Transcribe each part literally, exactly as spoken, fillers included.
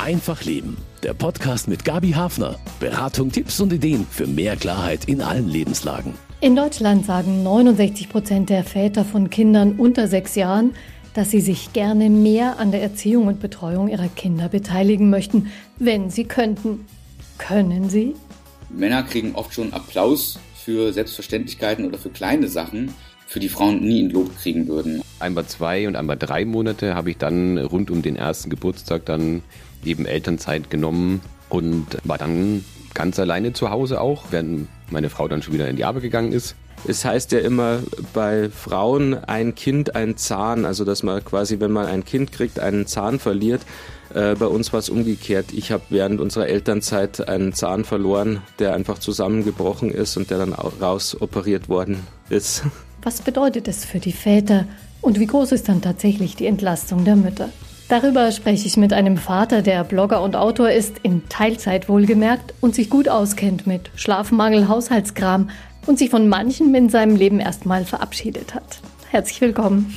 Einfach Leben, der Podcast mit Gabi Hafner. Beratung, Tipps und Ideen für mehr Klarheit in allen Lebenslagen. In Deutschland sagen neunundsechzig Prozent der Väter von Kindern unter sechs Jahren, dass sie sich gerne mehr an der Erziehung und Betreuung ihrer Kinder beteiligen möchten, wenn sie könnten. Können sie? Männer kriegen oft schon Applaus für Selbstverständlichkeiten oder für kleine Sachen, für die Frauen nie ein Lob kriegen würden. Einmal zwei und einmal drei Monate habe ich dann rund um den ersten Geburtstag dann eben Elternzeit genommen und war dann ganz alleine zu Hause auch, während meine Frau dann schon wieder in die Arbeit gegangen ist. Es heißt ja immer bei Frauen ein Kind, ein Zahn, also dass man quasi, wenn man ein Kind kriegt, einen Zahn verliert. Äh, bei uns war es umgekehrt. Ich habe während unserer Elternzeit einen Zahn verloren, der einfach zusammengebrochen ist und der dann raus operiert worden ist. Was bedeutet es für die Väter und wie groß ist dann tatsächlich die Entlastung der Mütter? Darüber spreche ich mit einem Vater, der Blogger und Autor ist, in Teilzeit wohlgemerkt und sich gut auskennt mit Schlafmangel, Haushaltskram und sich von manchem in seinem Leben erstmal verabschiedet hat. Herzlich willkommen.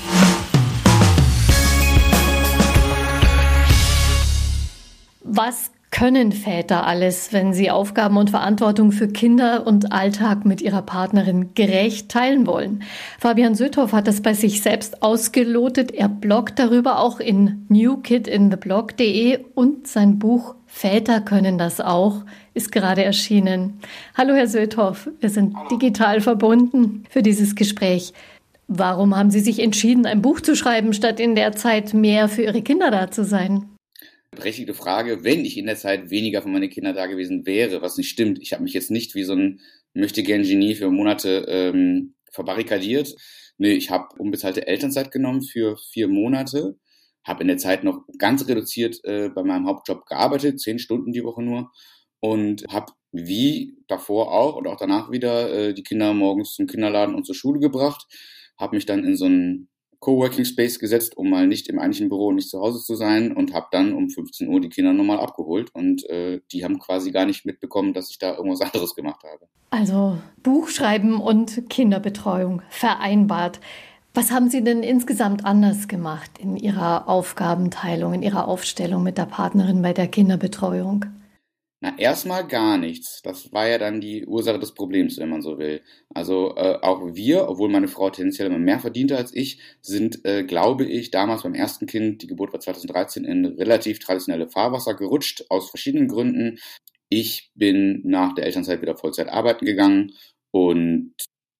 Was können Väter alles, wenn sie Aufgaben und Verantwortung für Kinder und Alltag mit ihrer Partnerin gerecht teilen wollen? Fabian Söthoff hat das bei sich selbst ausgelotet. Er bloggt darüber auch in newkidintheblog punkt de und sein Buch Väter können das auch ist gerade erschienen. Hallo Herr Söthoff, wir sind digital verbunden für dieses Gespräch. Warum haben Sie sich entschieden, ein Buch zu schreiben, statt in der Zeit mehr für Ihre Kinder da zu sein? Berechtigte Frage, wenn ich in der Zeit weniger für meine Kinder da gewesen wäre, was nicht stimmt. Ich habe mich jetzt nicht wie so ein Möchtegern-Genie für Monate ähm, verbarrikadiert. Nee, ich habe unbezahlte Elternzeit genommen für vier Monate, habe in der Zeit noch ganz reduziert äh, bei meinem Hauptjob gearbeitet, zehn Stunden die Woche nur und habe wie davor auch und auch danach wieder äh, die Kinder morgens zum Kinderladen und zur Schule gebracht, habe mich dann in so einen Coworking Space gesetzt, um mal nicht im eigentlichen Büro und nicht zu Hause zu sein und habe dann um fünfzehn Uhr die Kinder nochmal abgeholt und äh, die haben quasi gar nicht mitbekommen, dass ich da irgendwas anderes gemacht habe. Also Buchschreiben und Kinderbetreuung vereinbart. Was haben Sie denn insgesamt anders gemacht in Ihrer Aufgabenteilung, in Ihrer Aufstellung mit der Partnerin bei der Kinderbetreuung? Na, erstmal gar nichts. Das war ja dann die Ursache des Problems, wenn man so will. Also äh, auch wir, obwohl meine Frau tendenziell immer mehr verdiente als ich, sind, äh, glaube ich, damals beim ersten Kind, die Geburt war zweitausenddreizehn, in relativ traditionelle Fahrwasser gerutscht, aus verschiedenen Gründen. Ich bin nach der Elternzeit wieder Vollzeit arbeiten gegangen und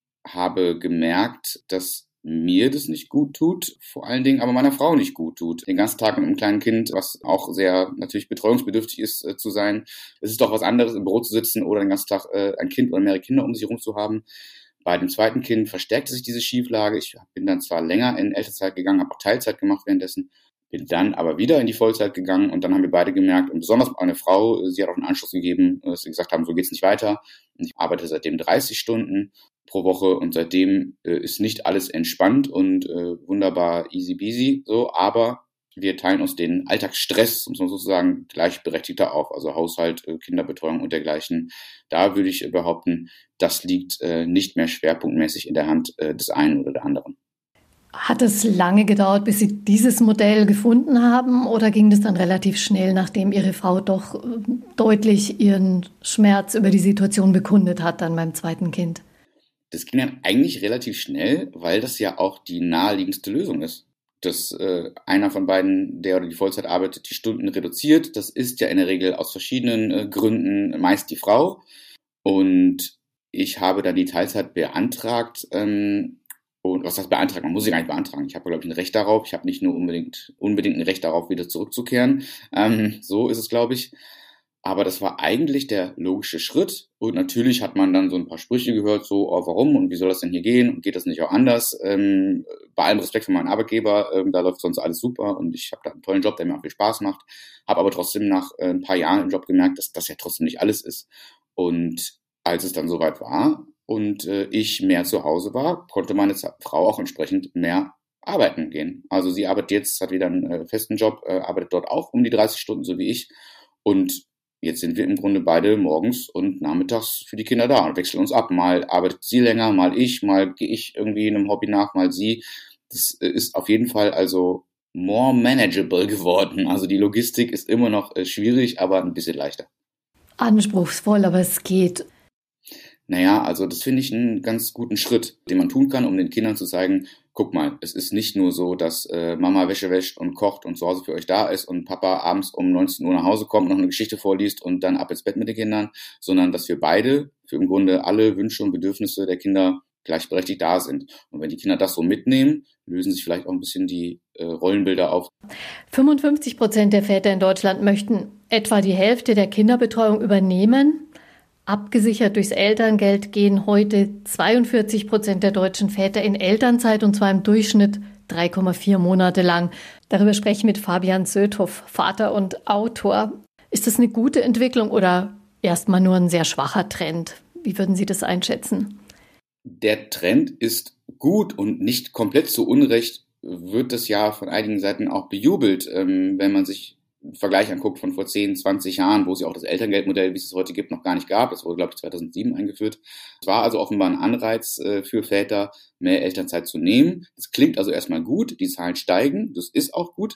habe gemerkt, dass mir das nicht gut tut, vor allen Dingen aber meiner Frau nicht gut tut. Den ganzen Tag mit einem kleinen Kind, was auch sehr natürlich betreuungsbedürftig ist, äh, zu sein. Es ist doch was anderes, im Büro zu sitzen oder den ganzen Tag äh, ein Kind oder mehrere Kinder um sich herum zu haben. Bei dem zweiten Kind verstärkte sich diese Schieflage. Ich bin dann zwar länger in Elternzeit gegangen, habe auch Teilzeit gemacht währenddessen, bin dann aber wieder in die Vollzeit gegangen und dann haben wir beide gemerkt, und besonders meine Frau, sie hat auch einen Anschluss gegeben, dass sie gesagt haben, so geht's nicht weiter. Und ich arbeite seitdem dreißig Stunden pro Woche und seitdem äh, ist nicht alles entspannt und äh, wunderbar easy peasy, so, aber wir teilen uns den Alltagsstress, muss man sozusagen, gleichberechtigter auf, also Haushalt, äh, Kinderbetreuung und dergleichen. Da würde ich äh, behaupten, das liegt äh, nicht mehr schwerpunktmäßig in der Hand äh, des einen oder der anderen. Hat es lange gedauert, bis Sie dieses Modell gefunden haben oder ging das dann relativ schnell, nachdem Ihre Frau doch äh, deutlich ihren Schmerz über die Situation bekundet hat dann beim zweiten Kind? Das ging dann eigentlich relativ schnell, weil das ja auch die naheliegendste Lösung ist. Dass äh, einer von beiden, der oder die Vollzeit arbeitet, die Stunden reduziert. Das ist ja in der Regel aus verschiedenen äh, Gründen meist die Frau. Und ich habe dann die Teilzeit beantragt. Ähm, und was heißt beantragt? Man muss sie gar nicht beantragen. Ich habe, glaube ich, ein Recht darauf. Ich habe nicht nur unbedingt unbedingt ein Recht darauf, wieder zurückzukehren. Ähm, so ist es, glaube ich. Aber das war eigentlich der logische Schritt. Und natürlich hat man dann so ein paar Sprüche gehört, so, oh, warum und wie soll das denn hier gehen und geht das nicht auch anders? Ähm, bei allem Respekt für meinen Arbeitgeber, ähm, da läuft sonst alles super und ich habe da einen tollen Job, der mir auch viel Spaß macht. Habe aber trotzdem nach äh, ein paar Jahren im Job gemerkt, dass das ja trotzdem nicht alles ist. Und als es dann soweit war und äh, ich mehr zu Hause war, konnte meine Frau auch entsprechend mehr arbeiten gehen. Also sie arbeitet jetzt, hat wieder einen äh, festen Job, äh, arbeitet dort auch um die dreißig Stunden, so wie ich. Und jetzt sind wir im Grunde beide morgens und nachmittags für die Kinder da und wechseln uns ab. Mal arbeitet sie länger, mal ich, mal gehe ich irgendwie einem Hobby nach, mal sie. Das ist auf jeden Fall also more manageable geworden. Also die Logistik ist immer noch äh, schwierig, aber ein bisschen leichter. Anspruchsvoll, aber es geht. Naja, also das finde ich einen ganz guten Schritt, den man tun kann, um den Kindern zu zeigen, guck mal, es ist nicht nur so, dass äh, Mama Wäsche wäscht und kocht und zu Hause für euch da ist und Papa abends um neunzehn Uhr nach Hause kommt, noch eine Geschichte vorliest und dann ab ins Bett mit den Kindern, sondern dass wir beide für im Grunde alle Wünsche und Bedürfnisse der Kinder gleichberechtigt da sind. Und wenn die Kinder das so mitnehmen, lösen sich vielleicht auch ein bisschen die äh, Rollenbilder auf. fünfundfünfzig Prozent der Väter in Deutschland möchten etwa die Hälfte der Kinderbetreuung übernehmen. Abgesichert durchs Elterngeld gehen heute zweiundvierzig Prozent der deutschen Väter in Elternzeit, und zwar im Durchschnitt drei Komma vier Monate lang. Darüber spreche ich mit Fabian Söthoff, Vater und Autor. Ist das eine gute Entwicklung oder erstmal nur ein sehr schwacher Trend? Wie würden Sie das einschätzen? Der Trend ist gut und nicht komplett zu Unrecht wird das ja von einigen Seiten auch bejubelt, ähm, wenn man sich einen Vergleich anguckt von vor zehn, zwanzig Jahren, wo es ja auch das Elterngeldmodell, wie es es heute gibt, noch gar nicht gab. Das wurde, glaube ich, zweitausendsieben eingeführt. Es war also offenbar ein Anreiz äh, für Väter, mehr Elternzeit zu nehmen. Das klingt also erstmal gut, die Zahlen steigen, das ist auch gut.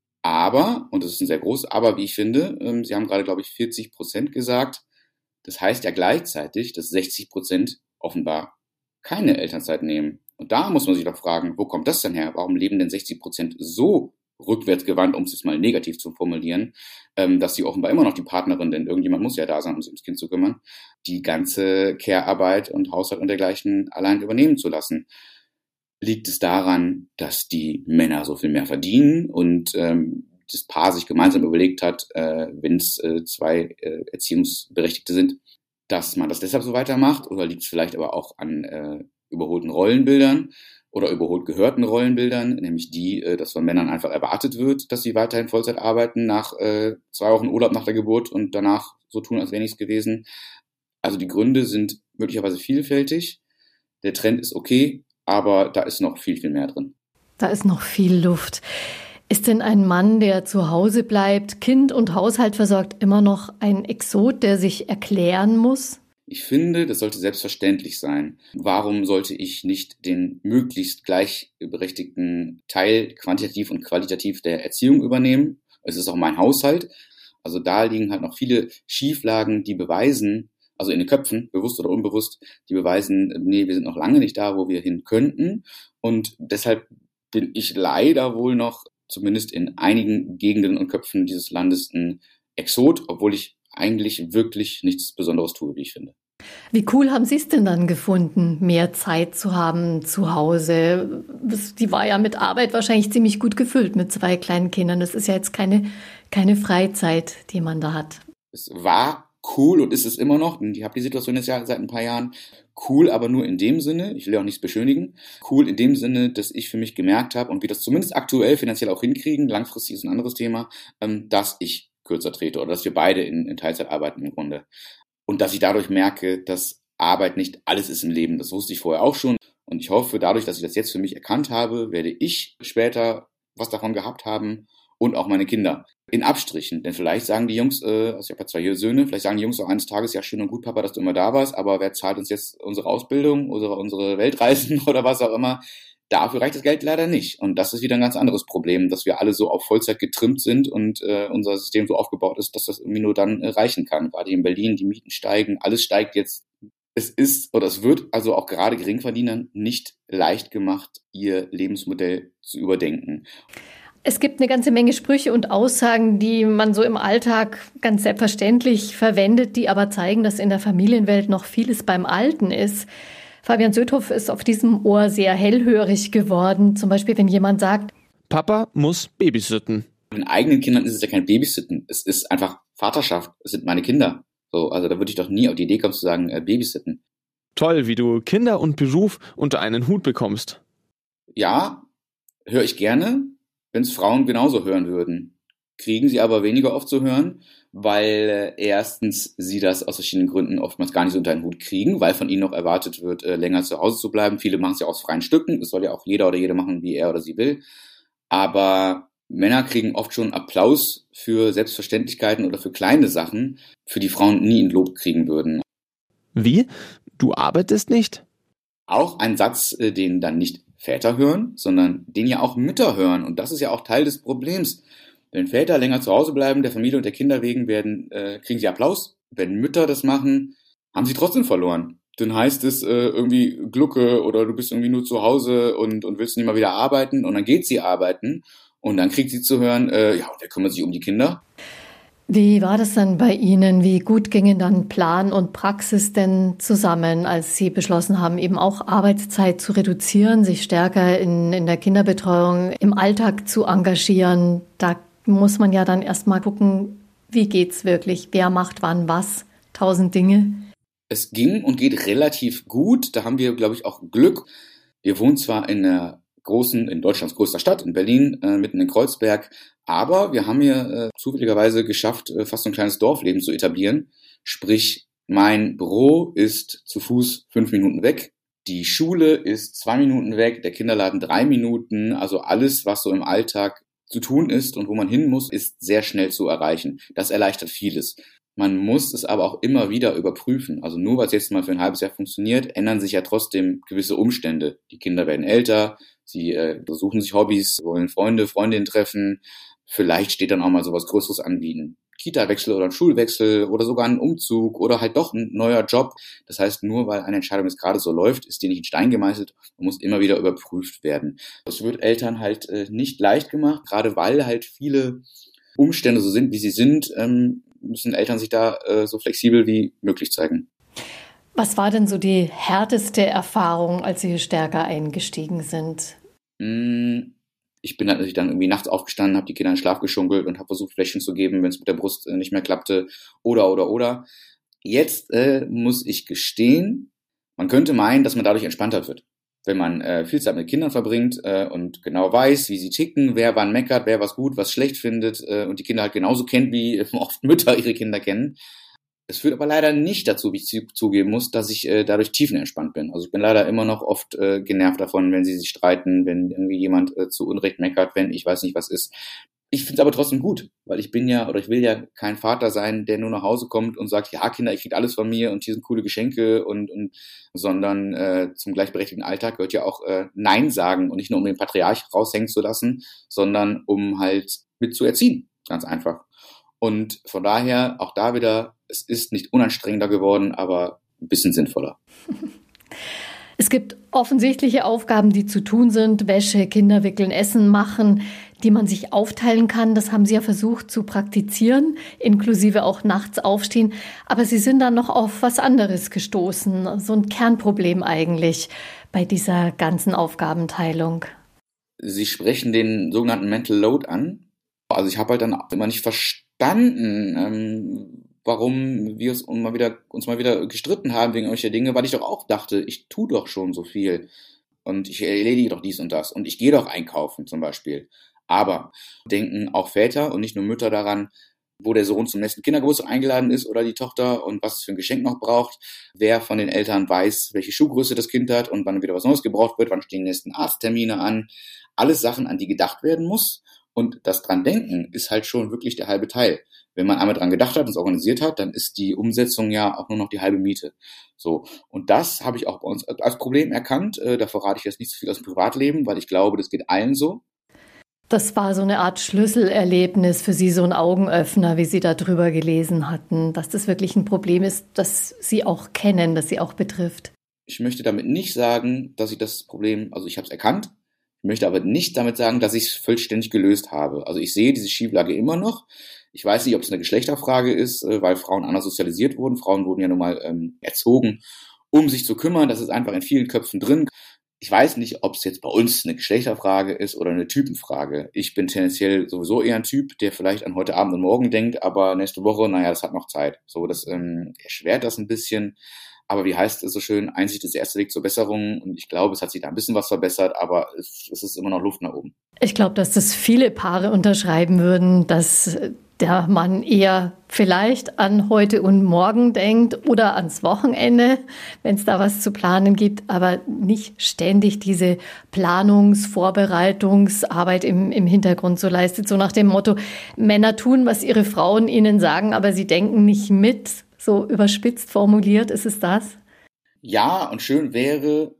Aber, und das ist ein sehr großes Aber, wie ich finde, ähm, Sie haben gerade, glaube ich, vierzig Prozent gesagt. Das heißt ja gleichzeitig, dass sechzig Prozent offenbar keine Elternzeit nehmen. Und da muss man sich doch fragen, wo kommt das denn her? Warum leben denn sechzig Prozent so rückwärtsgewandt, um es jetzt mal negativ zu formulieren, ähm, dass sie offenbar immer noch die Partnerin, denn irgendjemand muss ja da sein, um sich ums Kind zu kümmern, die ganze Care-Arbeit und Haushalt und dergleichen allein übernehmen zu lassen. Liegt es daran, dass die Männer so viel mehr verdienen und ähm, das Paar sich gemeinsam überlegt hat, äh, wenn es äh, zwei äh, Erziehungsberechtigte sind, dass man das deshalb so weitermacht? Oder liegt es vielleicht aber auch an äh, überholten Rollenbildern oder überholt gehörten Rollenbildern, nämlich die, äh, dass von Männern einfach erwartet wird, dass sie weiterhin Vollzeit arbeiten, nach äh, zwei Wochen Urlaub nach der Geburt und danach so tun, als wäre nichts gewesen. Also die Gründe sind möglicherweise vielfältig. Der Trend ist okay, aber da ist noch viel, viel mehr drin. Da ist noch viel Luft. Ist denn ein Mann, der zu Hause bleibt, Kind und Haushalt versorgt, immer noch ein Exot, der sich erklären muss? Ich finde, das sollte selbstverständlich sein. Warum sollte ich nicht den möglichst gleichberechtigten Teil quantitativ und qualitativ der Erziehung übernehmen? Es ist auch mein Haushalt. Also da liegen halt noch viele Schieflagen, die beweisen, also in den Köpfen, bewusst oder unbewusst, die beweisen, nee, wir sind noch lange nicht da, wo wir hin könnten. Und deshalb bin ich leider wohl noch, zumindest in einigen Gegenden und Köpfen dieses Landes, ein Exot, obwohl ich eigentlich wirklich nichts Besonderes tue, wie ich finde. Wie cool haben Sie es denn dann gefunden, mehr Zeit zu haben zu Hause? Die war ja mit Arbeit wahrscheinlich ziemlich gut gefüllt mit zwei kleinen Kindern. Das ist ja jetzt keine, keine Freizeit, die man da hat. Es war cool und ist es immer noch. Ich habe die Situation jetzt ja seit ein paar Jahren. Cool, aber nur in dem Sinne, ich will auch nichts beschönigen, cool in dem Sinne, dass ich für mich gemerkt habe und wir das zumindest aktuell finanziell auch hinkriegen, langfristig ist ein anderes Thema, dass ich kürzer trete oder dass wir beide in, in Teilzeit arbeiten im Grunde. Und dass ich dadurch merke, dass Arbeit nicht alles ist im Leben. Das wusste ich vorher auch schon. Und ich hoffe, dadurch, dass ich das jetzt für mich erkannt habe, werde ich später was davon gehabt haben und auch meine Kinder. In Abstrichen. Denn vielleicht sagen die Jungs, äh, also ich habe ja zwei Söhne, vielleicht sagen die Jungs auch eines Tages, ja schön und gut, Papa, dass du immer da warst, aber wer zahlt uns jetzt unsere Ausbildung, unsere, unsere Weltreisen oder was auch immer? Dafür reicht das Geld leider nicht. Und das ist wieder ein ganz anderes Problem, dass wir alle so auf Vollzeit getrimmt sind und äh, unser System so aufgebaut ist, dass das irgendwie nur dann äh, reichen kann. Gerade in Berlin, die Mieten steigen, alles steigt jetzt. Es ist oder es wird also auch gerade Geringverdienern nicht leicht gemacht, ihr Lebensmodell zu überdenken. Es gibt eine ganze Menge Sprüche und Aussagen, die man so im Alltag ganz selbstverständlich verwendet, die aber zeigen, dass in der Familienwelt noch vieles beim Alten ist. Fabian Söthoff ist auf diesem Ohr sehr hellhörig geworden. Zum Beispiel, wenn jemand sagt, Papa muss babysitten. Mit den eigenen Kindern ist es ja kein Babysitten. Es ist einfach Vaterschaft. Es sind meine Kinder. So, also da würde ich doch nie auf die Idee kommen zu sagen, äh, Babysitten. Toll, wie du Kinder und Beruf unter einen Hut bekommst. Ja, höre ich gerne, wenn es Frauen genauso hören würden. Kriegen sie aber weniger oft zu hören, weil äh, erstens sie das aus verschiedenen Gründen oftmals gar nicht so unter einen Hut kriegen, weil von ihnen noch erwartet wird, äh, länger zu Hause zu bleiben. Viele machen es ja aus freien Stücken. Es soll ja auch jeder oder jede machen, wie er oder sie will. Aber Männer kriegen oft schon Applaus für Selbstverständlichkeiten oder für kleine Sachen, für die Frauen nie ein Lob kriegen würden. Wie? Du arbeitest nicht? Auch ein Satz, äh, den dann nicht Väter hören, sondern den ja auch Mütter hören. Und das ist ja auch Teil des Problems. Wenn Väter länger zu Hause bleiben, der Familie und der Kinder wegen, werden, äh, kriegen sie Applaus. Wenn Mütter das machen, haben sie trotzdem verloren. Dann heißt es äh, irgendwie Glucke oder du bist irgendwie nur zu Hause und, und willst nicht mal wieder arbeiten. Und dann geht sie arbeiten und dann kriegt sie zu hören, äh, ja, und wer kümmert sich um die Kinder? Wie war das dann bei Ihnen? Wie gut gingen dann Plan und Praxis denn zusammen, als Sie beschlossen haben, eben auch Arbeitszeit zu reduzieren, sich stärker in, in der Kinderbetreuung im Alltag zu engagieren? Da muss man ja dann erstmal gucken, wie geht's wirklich? Wer macht wann was? Tausend Dinge. Es ging und geht relativ gut. Da haben wir, glaube ich, auch Glück. Wir wohnen zwar in einer großen, in Deutschlands größter Stadt, in Berlin, äh, mitten in Kreuzberg, aber wir haben hier äh, zufälligerweise geschafft, äh, fast so ein kleines Dorfleben zu etablieren. Sprich, mein Büro ist zu Fuß fünf Minuten weg. Die Schule ist zwei Minuten weg, der Kinderladen drei Minuten. Also alles, was so im Alltag zu tun ist und wo man hin muss, ist sehr schnell zu erreichen. Das erleichtert vieles. Man muss es aber auch immer wieder überprüfen. Also nur weil es jetzt mal für ein halbes Jahr funktioniert, ändern sich ja trotzdem gewisse Umstände. Die Kinder werden älter, sie äh, suchen sich Hobbys, wollen Freunde, Freundinnen treffen. Vielleicht steht dann auch mal sowas Größeres an wie ein Kita-Wechsel oder ein Schulwechsel oder sogar ein Umzug oder halt doch ein neuer Job. Das heißt, nur weil eine Entscheidung jetzt gerade so läuft, ist die nicht in Stein gemeißelt und muss immer wieder überprüft werden. Das wird Eltern halt äh, nicht leicht gemacht, gerade weil halt viele Umstände so sind, wie sie sind, ähm, müssen Eltern sich da äh, so flexibel wie möglich zeigen. Was war denn so die härteste Erfahrung, als Sie stärker eingestiegen sind? Ich bin natürlich dann irgendwie nachts aufgestanden, habe die Kinder in den Schlaf geschunkelt und habe versucht, Fläschchen zu geben, wenn es mit der Brust äh, nicht mehr klappte oder, oder, oder. Jetzt äh, muss ich gestehen, man könnte meinen, dass man dadurch entspannter wird. Wenn man äh, viel Zeit mit Kindern verbringt äh, und genau weiß, wie sie ticken, wer wann meckert, wer was gut, was schlecht findet äh, und die Kinder halt genauso kennt, wie äh, oft Mütter ihre Kinder kennen. Es führt aber leider nicht dazu, wie ich zu, zugeben muss, dass ich äh, dadurch tiefenentspannt bin. Also ich bin leider immer noch oft äh, genervt davon, wenn sie sich streiten, wenn irgendwie jemand äh, zu Unrecht meckert, wenn ich weiß nicht, was ist. Ich finde es aber trotzdem gut, weil ich bin ja oder ich will ja kein Vater sein, der nur nach Hause kommt und sagt, ja Kinder, ihr kriegt alles von mir und hier sind coole Geschenke und, und sondern äh, zum gleichberechtigten Alltag gehört ja auch äh, Nein sagen und nicht nur um den Patriarch raushängen zu lassen, sondern um halt mit zu erziehen, ganz einfach. Und von daher auch da wieder, es ist nicht unanstrengender geworden, aber ein bisschen sinnvoller. Es gibt offensichtliche Aufgaben, die zu tun sind, Wäsche, Kinder wickeln, Essen machen, die man sich aufteilen kann. Das haben Sie ja versucht zu praktizieren, inklusive auch nachts aufstehen. Aber Sie sind dann noch auf was anderes gestoßen, so ein Kernproblem eigentlich bei dieser ganzen Aufgabenteilung. Sie sprechen den sogenannten Mental Load an. Also ich habe halt dann immer nicht verstanden, ähm, warum wir uns mal wieder, uns mal wieder gestritten haben wegen solcher Dinge, weil ich doch auch dachte, ich tue doch schon so viel und ich erledige doch dies und das und ich gehe doch einkaufen zum Beispiel. Aber denken auch Väter und nicht nur Mütter daran, wo der Sohn zum nächsten Kindergeburtstag eingeladen ist oder die Tochter und was es für ein Geschenk noch braucht, wer von den Eltern weiß, welche Schuhgröße das Kind hat und wann wieder was Neues gebraucht wird, wann stehen die nächsten Arzttermine an. Alles Sachen, an die gedacht werden muss. Und das dran denken ist halt schon wirklich der halbe Teil. Wenn man einmal dran gedacht hat und es organisiert hat, dann ist die Umsetzung ja auch nur noch die halbe Miete. So. Und das habe ich auch bei uns als Problem erkannt. Äh, da verrate ich jetzt nicht so viel aus dem Privatleben, weil ich glaube, das geht allen so. Das war so eine Art Schlüsselerlebnis für Sie, so ein Augenöffner, wie Sie darüber gelesen hatten, dass das wirklich ein Problem ist, das Sie auch kennen, das Sie auch betrifft. Ich möchte damit nicht sagen, dass ich das Problem, also ich habe es erkannt, ich möchte aber nicht damit sagen, dass ich es vollständig gelöst habe. Also ich sehe diese Schieflage immer noch. Ich weiß nicht, ob es eine Geschlechterfrage ist, weil Frauen anders sozialisiert wurden. Frauen wurden ja nun mal ähm, erzogen, um sich zu kümmern. Das ist einfach in vielen Köpfen drin. Ich weiß nicht, ob es jetzt bei uns eine Geschlechterfrage ist oder eine Typenfrage. Ich bin tendenziell sowieso eher ein Typ, der vielleicht an heute Abend und morgen denkt, aber nächste Woche, naja, das hat noch Zeit. So, das ähm, erschwert das ein bisschen. Aber wie heißt es so schön, Einsicht ist der erste Weg zur Besserung. Und ich glaube, es hat sich da ein bisschen was verbessert, aber es, es ist immer noch Luft nach oben. Ich glaube, dass das viele Paare unterschreiben würden, dass der Mann eher vielleicht an heute und morgen denkt oder ans Wochenende, wenn es da was zu planen gibt, aber nicht ständig diese Planungs-, Vorbereitungsarbeit im, im Hintergrund so leistet. So nach dem Motto, Männer tun, was ihre Frauen ihnen sagen, aber sie denken nicht mit. So überspitzt formuliert, ist es das? Ja, und schön wäre,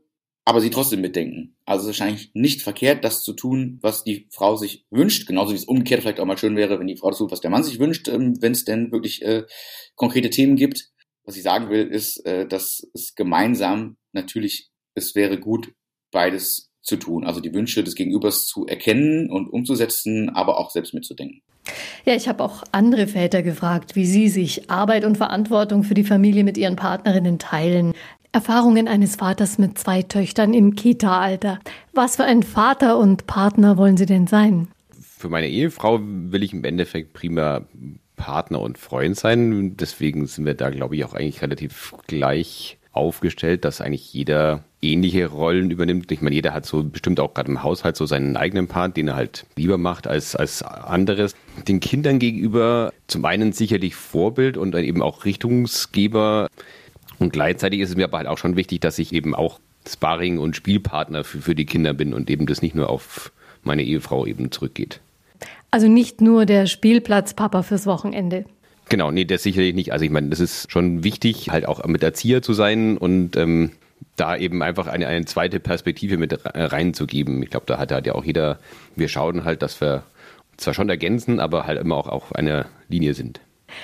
aber sie trotzdem mitdenken. Also es ist wahrscheinlich nicht verkehrt, das zu tun, was die Frau sich wünscht, genauso wie es umgekehrt vielleicht auch mal schön wäre, wenn die Frau das tut, was der Mann sich wünscht, ähm, wenn es denn wirklich äh, konkrete Themen gibt. Was ich sagen will, ist, äh, dass es gemeinsam natürlich, es wäre gut, beides zu tun. Also die Wünsche des Gegenübers zu erkennen und umzusetzen, aber auch selbst mitzudenken. Ja, ich habe auch andere Väter gefragt, wie sie sich Arbeit und Verantwortung für die Familie mit ihren Partnerinnen teilen. Erfahrungen eines Vaters mit zwei Töchtern im Kita-Alter. Was für ein Vater und Partner wollen Sie denn sein? Für meine Ehefrau will ich im Endeffekt prima Partner und Freund sein. Deswegen sind wir da, glaube ich, auch eigentlich relativ gleich aufgestellt, dass eigentlich jeder ähnliche Rollen übernimmt. Ich meine, jeder hat so bestimmt auch gerade im Haushalt so seinen eigenen Part, den er halt lieber macht als, als anderes. Den Kindern gegenüber zum einen sicherlich Vorbild und dann eben auch Richtungsgeber. Und gleichzeitig ist es mir aber halt auch schon wichtig, dass ich eben auch Sparring- und Spielpartner für, für die Kinder bin und eben das nicht nur auf meine Ehefrau eben zurückgeht. Also nicht nur der Spielplatzpapa fürs Wochenende. Genau, nee, das sicherlich nicht. Also ich meine, das ist schon wichtig, halt auch mit Erzieher zu sein und ähm, da eben einfach eine, eine zweite Perspektive mit reinzugeben. Ich glaube, da hat halt ja auch jeder, wir schauen halt, dass wir zwar schon ergänzen, aber halt immer auch auf einer Linie sind.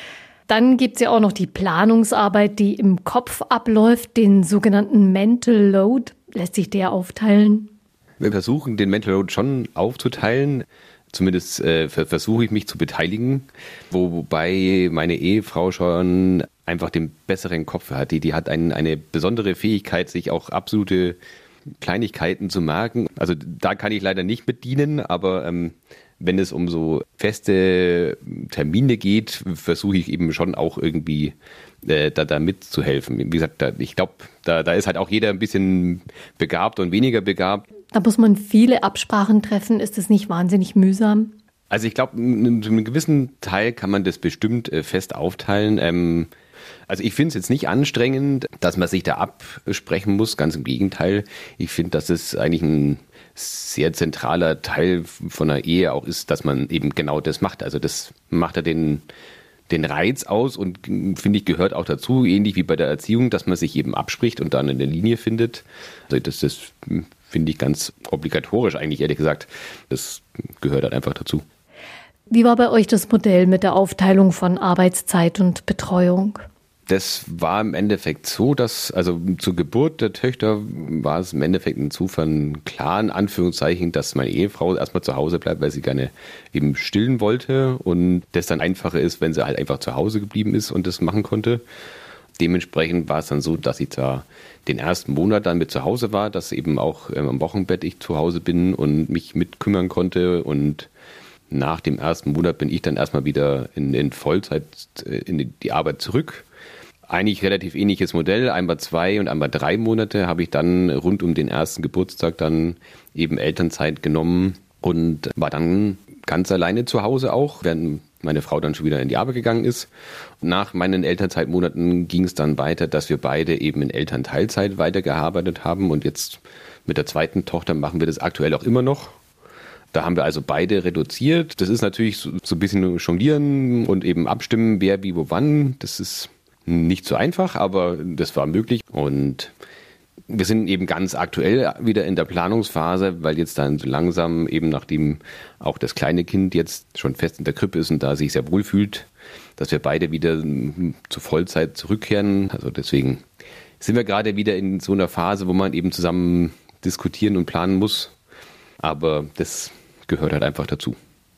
Dann gibt es ja auch noch die Planungsarbeit, die im Kopf abläuft, den sogenannten Mental Load. Lässt sich der aufteilen? Wir versuchen, den Mental Load schon aufzuteilen. Zumindest äh, versuche ich mich zu beteiligen, wo, wobei meine Ehefrau schon einfach den besseren Kopf hat. Die, die hat ein, eine besondere Fähigkeit, sich auch absolute Kleinigkeiten zu merken. Also da kann ich leider nicht mit dienen, aber ähm, wenn es um so feste Termine geht, versuche ich eben schon auch irgendwie äh, da, da mitzuhelfen. Wie gesagt, da, ich glaube, da, da ist halt auch jeder ein bisschen begabt und weniger begabt. Da muss man viele Absprachen treffen. Ist das nicht wahnsinnig mühsam? Also ich glaube, zu einem gewissen Teil kann man das bestimmt äh, fest aufteilen. Ähm, also ich finde es jetzt nicht anstrengend, dass man sich da absprechen muss. Ganz im Gegenteil. Ich finde, dass es eigentlich ein sehr zentraler Teil von einer Ehe auch ist, dass man eben genau das macht. Also das macht ja den, den Reiz aus und finde ich gehört auch dazu, ähnlich wie bei der Erziehung, dass man sich eben abspricht und dann eine Linie findet. Also das ist, finde ich, ganz obligatorisch eigentlich, ehrlich gesagt. Das gehört halt einfach dazu. Wie war bei euch das Modell mit der Aufteilung von Arbeitszeit und Betreuung? Das war im Endeffekt so, dass, also zur Geburt der Töchter war es im Endeffekt insofern klar, in Anführungszeichen, dass meine Ehefrau erstmal zu Hause bleibt, weil sie gerne eben stillen wollte und das dann einfacher ist, wenn sie halt einfach zu Hause geblieben ist und das machen konnte. Dementsprechend war es dann so, dass ich da den ersten Monat dann mit zu Hause war, dass eben auch ähm, am Wochenbett ich zu Hause bin und mich mitkümmern konnte und nach dem ersten Monat bin ich dann erstmal wieder in, in Vollzeit in die Arbeit zurück. Eigentlich relativ ähnliches Modell, einmal zwei und einmal drei Monate habe ich dann rund um den ersten Geburtstag dann eben Elternzeit genommen und war dann ganz alleine zu Hause auch, während meine Frau dann schon wieder in die Arbeit gegangen ist. Nach meinen Elternzeitmonaten ging es dann weiter, dass wir beide eben in Elternteilzeit weitergearbeitet haben und jetzt mit der zweiten Tochter machen wir das aktuell auch immer noch. Da haben wir also beide reduziert. Das ist natürlich so, so ein bisschen jonglieren und eben abstimmen, wer wie wo wann. Das ist nicht so einfach, aber das war möglich. Und wir sind eben ganz aktuell wieder in der Planungsphase, weil jetzt dann so langsam eben nachdem auch das kleine Kind jetzt schon fest in der Krippe ist und da sich sehr wohl fühlt, dass wir beide wieder zur Vollzeit zurückkehren. Also deswegen sind wir gerade wieder in so einer Phase, wo man eben zusammen diskutieren und planen muss. Aber das gehört halt einfach dazu.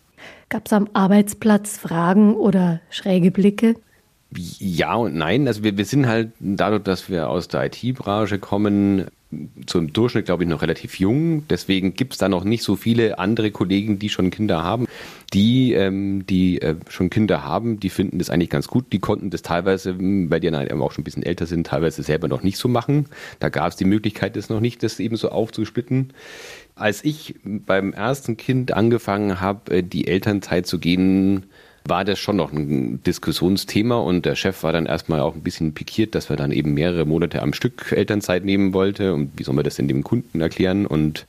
Gab es am Arbeitsplatz Fragen oder schräge Blicke? Ja und nein. Also wir, wir sind halt dadurch, dass wir aus der I T-Branche kommen, zum Durchschnitt, glaube ich, noch relativ jung. Deswegen gibt es da noch nicht so viele andere Kollegen, die schon Kinder haben. Die, ähm, die äh, schon Kinder haben, die finden das eigentlich ganz gut. Die konnten das teilweise, weil die dann auch schon ein bisschen älter sind, teilweise selber noch nicht so machen. Da gab es die Möglichkeit, das noch nicht, das eben so aufzusplitten. Als ich beim ersten Kind angefangen habe, die Elternzeit zu gehen, war das schon noch ein Diskussionsthema und der Chef war dann erstmal auch ein bisschen pikiert, dass wir dann eben mehrere Monate am Stück Elternzeit nehmen wollte und wie soll man das denn dem Kunden erklären und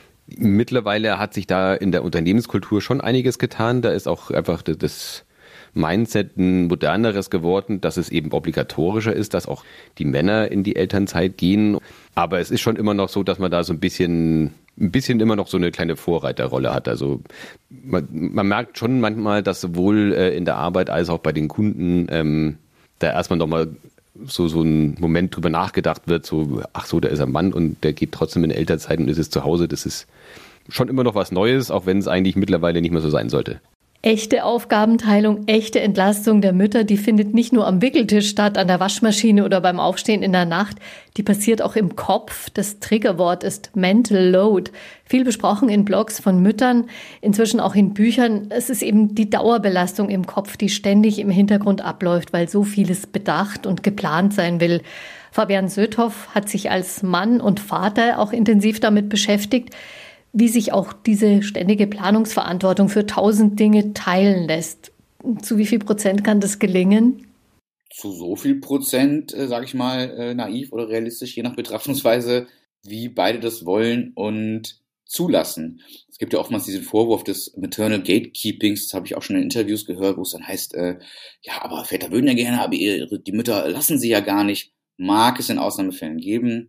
mittlerweile hat sich da in der Unternehmenskultur schon einiges getan, da ist auch einfach das Mindset ein moderneres geworden, dass es eben obligatorischer ist, dass auch die Männer in die Elternzeit gehen. Aber es ist schon immer noch so, dass man da so ein bisschen, ein bisschen immer noch so eine kleine Vorreiterrolle hat. Also man, man merkt schon manchmal, dass sowohl äh, in der Arbeit als auch bei den Kunden ähm, da erstmal nochmal so, so ein Moment drüber nachgedacht wird, so, ach so, da ist ein Mann und der geht trotzdem in Elternzeit und ist es zu Hause. Das ist schon immer noch was Neues, auch wenn es eigentlich mittlerweile nicht mehr so sein sollte. Echte Aufgabenteilung, echte Entlastung der Mütter, die findet nicht nur am Wickeltisch statt, an der Waschmaschine oder beim Aufstehen in der Nacht, die passiert auch im Kopf. Das Triggerwort ist Mental Load. Viel besprochen in Blogs von Müttern, inzwischen auch in Büchern. Es ist eben die Dauerbelastung im Kopf, die ständig im Hintergrund abläuft, weil so vieles bedacht und geplant sein will. Fabian Söthoff hat sich als Mann und Vater auch intensiv damit beschäftigt, wie sich auch diese ständige Planungsverantwortung für tausend Dinge teilen lässt. Zu wie viel Prozent kann das gelingen? Zu so viel Prozent, äh, sage ich mal, äh, naiv oder realistisch, je nach Betrachtungsweise, wie beide das wollen und zulassen. Es gibt ja oftmals diesen Vorwurf des Maternal Gatekeepings, das habe ich auch schon in Interviews gehört, wo es dann heißt, äh, ja, aber Väter würden ja gerne, aber ihre, die Mütter lassen sie ja gar nicht. Mag es in Ausnahmefällen geben.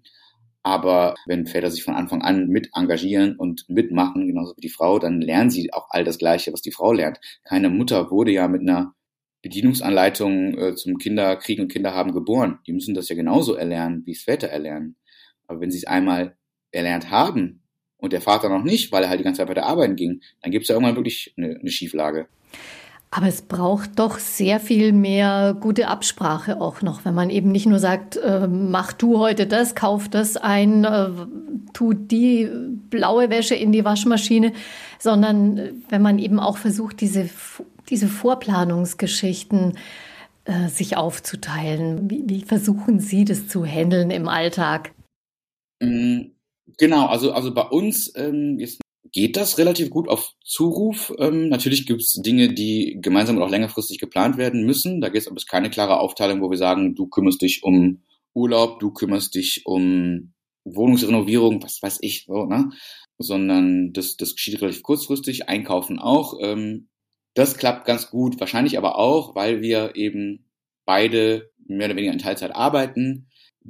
Aber wenn Väter sich von Anfang an mit engagieren und mitmachen, genauso wie die Frau, dann lernen sie auch all das Gleiche, was die Frau lernt. Keine Mutter wurde ja mit einer Bedienungsanleitung äh, zum Kinderkriegen und Kinderhaben geboren. Die müssen das ja genauso erlernen, wie es Väter erlernen. Aber wenn sie es einmal erlernt haben und der Vater noch nicht, weil er halt die ganze Zeit bei der Arbeit ging, dann gibt es ja irgendwann wirklich eine, eine Schieflage. Aber es braucht doch sehr viel mehr gute Absprache auch noch, wenn man eben nicht nur sagt, äh, mach du heute das, kauf das ein, äh, tu die blaue Wäsche in die Waschmaschine, sondern äh, wenn man eben auch versucht, diese, diese Vorplanungsgeschichten äh, sich aufzuteilen. Wie, wie versuchen Sie das zu handeln im Alltag? Genau, also, also bei uns ähm, jetzt geht das relativ gut auf Zuruf. Ähm, natürlich gibt es Dinge, die gemeinsam und auch längerfristig geplant werden müssen. Da gibt es aber keine klare Aufteilung, wo wir sagen, du kümmerst dich um Urlaub, du kümmerst dich um Wohnungsrenovierung, was weiß ich, so, ne? Sondern das, das geschieht relativ kurzfristig, Einkaufen auch. Ähm, das klappt ganz gut, wahrscheinlich aber auch, weil wir eben beide mehr oder weniger in Teilzeit arbeiten.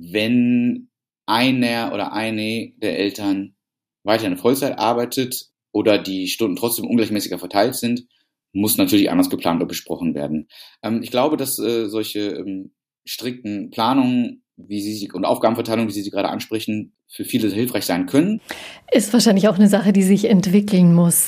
Wenn einer oder eine der Eltern weiter in Vollzeit arbeitet oder die Stunden trotzdem ungleichmäßiger verteilt sind, muss natürlich anders geplant oder besprochen werden. Ähm, ich glaube, dass äh, solche ähm, strikten Planungen wie Sie sie, und Aufgabenverteilung, wie Sie sie gerade ansprechen, für viele hilfreich sein können. Ist wahrscheinlich auch eine Sache, die sich entwickeln muss.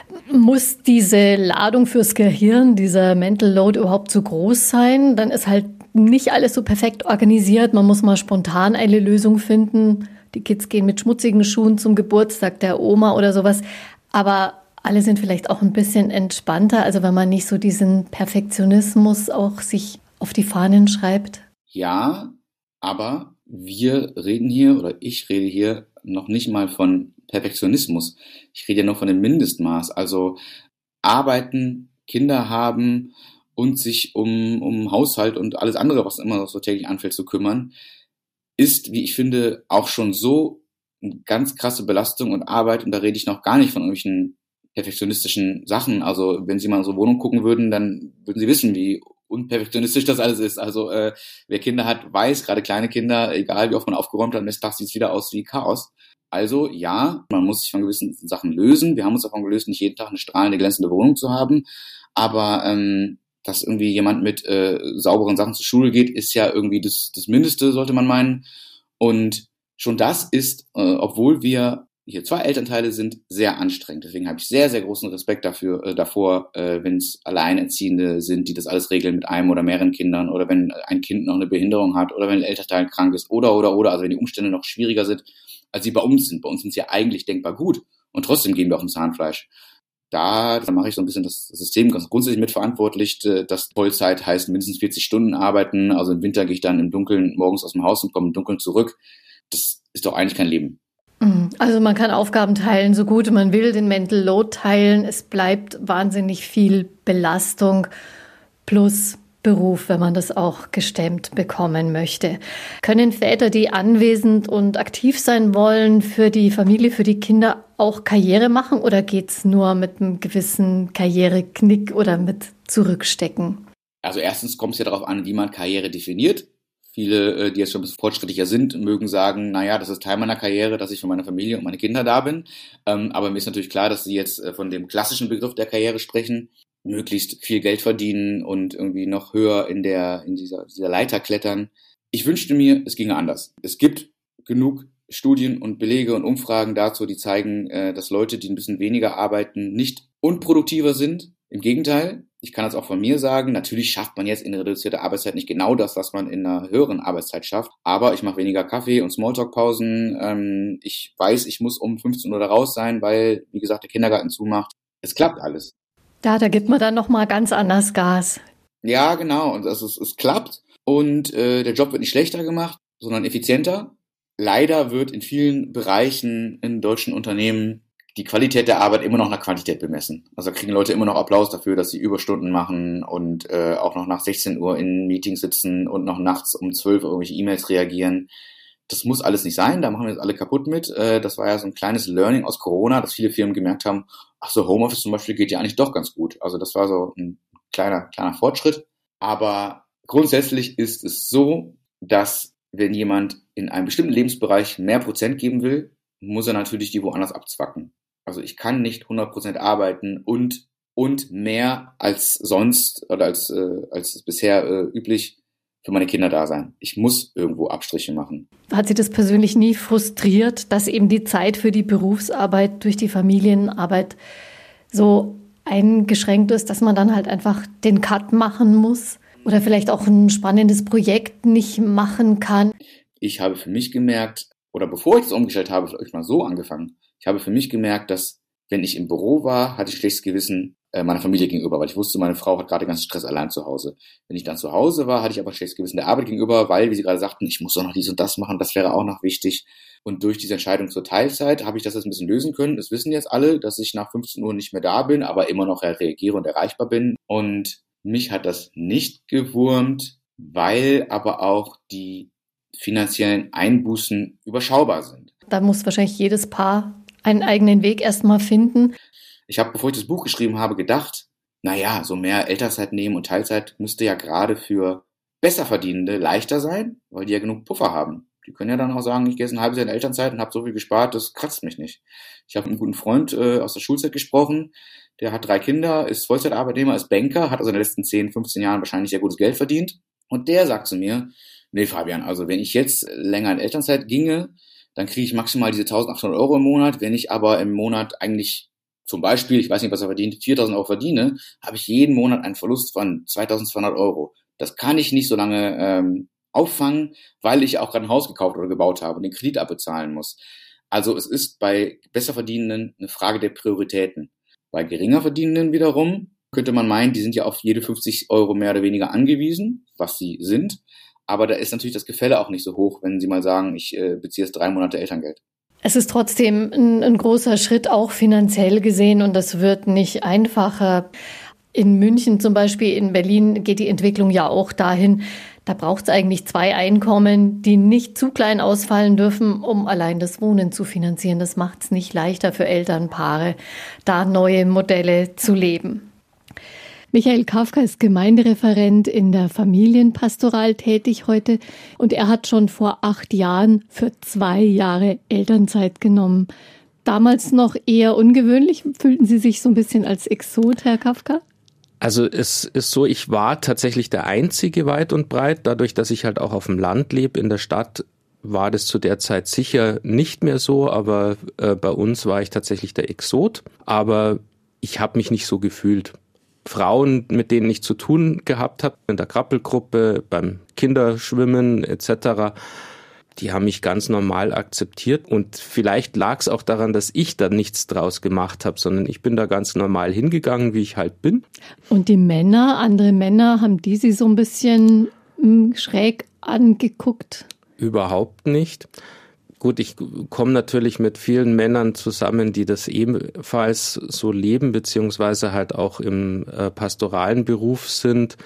Muss diese Ladung fürs Gehirn, dieser Mental Load überhaupt so groß sein? Dann ist halt nicht alles so perfekt organisiert. Man muss mal spontan eine Lösung finden. Die Kids gehen mit schmutzigen Schuhen zum Geburtstag der Oma oder sowas. Aber alle sind vielleicht auch ein bisschen entspannter. Also wenn man nicht so diesen Perfektionismus auch sich auf die Fahnen schreibt. Ja, aber wir reden hier, oder ich rede hier noch nicht mal von Perfektionismus. Ich rede ja noch von dem Mindestmaß. Also arbeiten, Kinder haben und sich um, um Haushalt und alles andere, was immer so täglich anfällt, zu kümmern, ist, wie ich finde, auch schon so eine ganz krasse Belastung und Arbeit. Und da rede ich noch gar nicht von irgendwelchen perfektionistischen Sachen. Also wenn Sie mal in unsere Wohnung gucken würden, dann würden Sie wissen, wie unperfektionistisch das alles ist. Also äh, wer Kinder hat, weiß, gerade kleine Kinder, egal wie oft man aufgeräumt hat, am nächsten Tag sieht es wieder aus wie Chaos. Also ja, man muss sich von gewissen Sachen lösen. Wir haben uns davon gelöst, nicht jeden Tag eine strahlende, glänzende Wohnung zu haben. Aber ähm, dass irgendwie jemand mit äh, sauberen Sachen zur Schule geht, ist ja irgendwie das, das Mindeste, sollte man meinen. Und schon das ist, äh, obwohl wir hier zwei Elternteile sind, sehr anstrengend. Deswegen habe ich sehr, sehr großen Respekt dafür, äh, davor, äh, wenn es Alleinerziehende sind, die das alles regeln mit einem oder mehreren Kindern, oder wenn ein Kind noch eine Behinderung hat, oder wenn ein Elternteil krank ist, oder, oder, oder, also wenn die Umstände noch schwieriger sind, als sie bei uns sind. Bei uns sind sie ja eigentlich denkbar gut und trotzdem gehen wir auf dem Zahnfleisch. Da, da mache ich so ein bisschen das System ganz grundsätzlich mitverantwortlich, dass Vollzeit heißt mindestens vierzig Stunden arbeiten. Also im Winter gehe ich dann im Dunkeln morgens aus dem Haus und komme im Dunkeln zurück. Das ist doch eigentlich kein Leben. Also man kann Aufgaben teilen, so gut man will, den Mental Load teilen. Es bleibt wahnsinnig viel Belastung plus Beruf, wenn man das auch gestemmt bekommen möchte. Können Väter, die anwesend und aktiv sein wollen, für die Familie, für die Kinder auch Karriere machen oder geht's nur mit einem gewissen Karriereknick oder mit Zurückstecken? Also erstens kommt es ja darauf an, wie man Karriere definiert. Viele, die jetzt schon ein bisschen fortschrittlicher sind, mögen sagen, naja, das ist Teil meiner Karriere, dass ich für meine Familie und meine Kinder da bin. Aber mir ist natürlich klar, dass sie jetzt von dem klassischen Begriff der Karriere sprechen, möglichst viel Geld verdienen und irgendwie noch höher in der in dieser, dieser Leiter klettern. Ich wünschte mir, es ginge anders. Es gibt genug Studien und Belege und Umfragen dazu, die zeigen, dass Leute, die ein bisschen weniger arbeiten, nicht unproduktiver sind. Im Gegenteil, ich kann das auch von mir sagen, natürlich schafft man jetzt in reduzierter Arbeitszeit nicht genau das, was man in einer höheren Arbeitszeit schafft, aber ich mache weniger Kaffee- und Smalltalk-Pausen. Ähm, ich weiß, ich muss um fünfzehn Uhr da raus sein, weil, wie gesagt, der Kindergarten zumacht. Es klappt alles. Ja, da gibt man dann nochmal ganz anders Gas. Ja, genau, und das ist, es klappt und äh, der Job wird nicht schlechter gemacht, sondern effizienter. Leider wird in vielen Bereichen in deutschen Unternehmen die Qualität der Arbeit immer noch nach Quantität bemessen. Also kriegen Leute immer noch Applaus dafür, dass sie Überstunden machen und äh, auch noch nach sechzehn Uhr in Meetings sitzen und noch nachts um zwölf Uhr irgendwelche E-Mails reagieren. Das muss alles nicht sein, da machen wir jetzt alle kaputt mit. Äh, das war ja so ein kleines Learning aus Corona, dass viele Firmen gemerkt haben, ach so, Homeoffice zum Beispiel geht ja eigentlich doch ganz gut. Also das war so ein kleiner, kleiner Fortschritt. Aber grundsätzlich ist es so, dass wenn jemand in einem bestimmten Lebensbereich mehr Prozent geben will, muss er natürlich die woanders abzwacken. Also ich kann nicht hundert Prozent arbeiten und und mehr als sonst oder als äh, als bisher äh, üblich für meine Kinder da sein. Ich muss irgendwo Abstriche machen. Hat Sie das persönlich nie frustriert, dass eben die Zeit für die Berufsarbeit durch die Familienarbeit so eingeschränkt ist, dass man dann halt einfach den Cut machen muss oder vielleicht auch ein spannendes Projekt nicht machen kann? Ich habe für mich gemerkt, oder bevor ich das umgestellt habe, habe ich mal so angefangen. Ich habe für mich gemerkt, dass wenn ich im Büro war, hatte ich schlechtes Gewissen äh, meiner Familie gegenüber, weil ich wusste, meine Frau hat gerade den ganzen Stress allein zu Hause. Wenn ich dann zu Hause war, hatte ich aber schlechtes Gewissen der Arbeit gegenüber, weil, wie Sie gerade sagten, ich muss doch noch dies und das machen, das wäre auch noch wichtig. Und durch diese Entscheidung zur Teilzeit habe ich das jetzt ein bisschen lösen können. Das wissen jetzt alle, dass ich nach fünfzehn Uhr nicht mehr da bin, aber immer noch reagiere und erreichbar bin. Und mich hat das nicht gewurmt, weil aber auch die finanziellen Einbußen überschaubar sind. Da muss wahrscheinlich jedes Paar einen eigenen Weg erstmal finden. Ich habe, bevor ich das Buch geschrieben habe, gedacht, naja, so mehr Elternzeit nehmen und Teilzeit müsste ja gerade für Besserverdienende leichter sein, weil die ja genug Puffer haben. Die können ja dann auch sagen, ich gehe jetzt ein halbes Jahr in Elternzeit und habe so viel gespart, das kratzt mich nicht. Ich habe mit einem guten Freund äh, aus der Schulzeit gesprochen, der hat drei Kinder, ist Vollzeitarbeitnehmer, ist Banker, hat also in den letzten zehn, fünfzehn Jahren wahrscheinlich sehr gutes Geld verdient. Und der sagt zu mir, nee Fabian, also wenn ich jetzt länger in Elternzeit ginge, dann kriege ich maximal diese eintausendachthundert Euro im Monat. Wenn ich aber im Monat eigentlich zum Beispiel, ich weiß nicht, was er verdient, viertausend Euro verdiene, habe ich jeden Monat einen Verlust von zweitausendzweihundert Euro. Das kann ich nicht so lange ähm, auffangen, weil ich auch gerade ein Haus gekauft oder gebaut habe und den Kredit abbezahlen muss. Also es ist bei Besserverdienenden eine Frage der Prioritäten. Bei Geringerverdienenden wiederum könnte man meinen, die sind ja auf jede fünfzig Euro mehr oder weniger angewiesen, was sie sind. Aber da ist natürlich das Gefälle auch nicht so hoch, wenn Sie mal sagen, ich äh, beziehe jetzt drei Monate Elterngeld. Es ist trotzdem ein, ein großer Schritt, auch finanziell gesehen, und das wird nicht einfacher. In München zum Beispiel, in Berlin geht die Entwicklung ja auch dahin, da braucht es eigentlich zwei Einkommen, die nicht zu klein ausfallen dürfen, um allein das Wohnen zu finanzieren. Das macht es nicht leichter für Elternpaare, da neue Modelle zu leben. Michael Kafka ist Gemeindereferent in der Familienpastoral tätig heute und er hat schon vor acht Jahren für zwei Jahre Elternzeit genommen. Damals noch eher ungewöhnlich. Fühlten Sie sich so ein bisschen als Exot, Herr Kafka? Also es ist so, ich war tatsächlich der Einzige weit und breit. Dadurch, dass ich halt auch auf dem Land lebe, in der Stadt, war das zu der Zeit sicher nicht mehr so. Aber äh, bei uns war ich tatsächlich der Exot. Aber ich habe mich nicht so gefühlt. Frauen, mit denen ich zu tun gehabt habe, in der Krabbelgruppe, beim Kinderschwimmen et cetera, die haben mich ganz normal akzeptiert. Und vielleicht lag es auch daran, dass ich da nichts draus gemacht habe, sondern ich bin da ganz normal hingegangen, wie ich halt bin. Und die Männer, andere Männer, haben die Sie so ein bisschen mh, schräg angeguckt? Überhaupt nicht. Gut, ich komme natürlich mit vielen Männern zusammen, die das ebenfalls so leben, beziehungsweise halt auch im äh, pastoralen Beruf sind.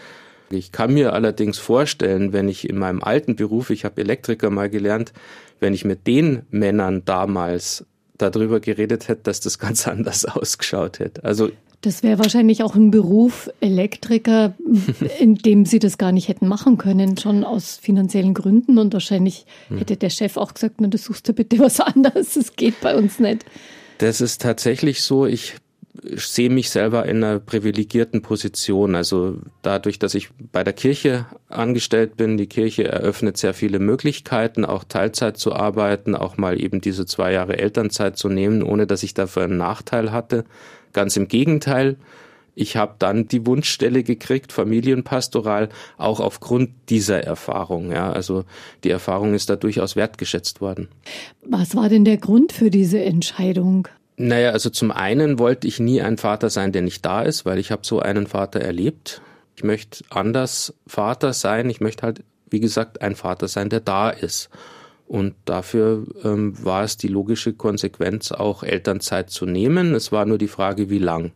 Ich kann mir allerdings vorstellen, wenn ich in meinem alten Beruf, ich habe Elektriker mal gelernt, wenn ich mit den Männern damals darüber geredet hätte, dass das ganz anders ausgeschaut hätte. Also das wäre wahrscheinlich auch ein Beruf, Elektriker, in dem Sie das gar nicht hätten machen können, schon aus finanziellen Gründen. Und wahrscheinlich hätte der Chef auch gesagt, na, das suchst du bitte was anderes, das geht bei uns nicht. Das ist tatsächlich so. Ich sehe mich selber in einer privilegierten Position. Also dadurch, dass ich bei der Kirche angestellt bin, die Kirche eröffnet sehr viele Möglichkeiten, auch Teilzeit zu arbeiten, auch mal eben diese zwei Jahre Elternzeit zu nehmen, ohne dass ich dafür einen Nachteil hatte. Ganz im Gegenteil, ich habe dann die Wunschstelle gekriegt, Familienpastoral, auch aufgrund dieser Erfahrung. Ja, also die Erfahrung ist da durchaus wertgeschätzt worden. Was war denn der Grund für diese Entscheidung? Naja, also zum einen wollte ich nie ein Vater sein, der nicht da ist, weil ich habe so einen Vater erlebt. Ich möchte anders Vater sein. Ich möchte halt, wie gesagt, ein Vater sein, der da ist. Und dafür ähm, war es die logische Konsequenz, auch Elternzeit zu nehmen. Es war nur die Frage, wie lang.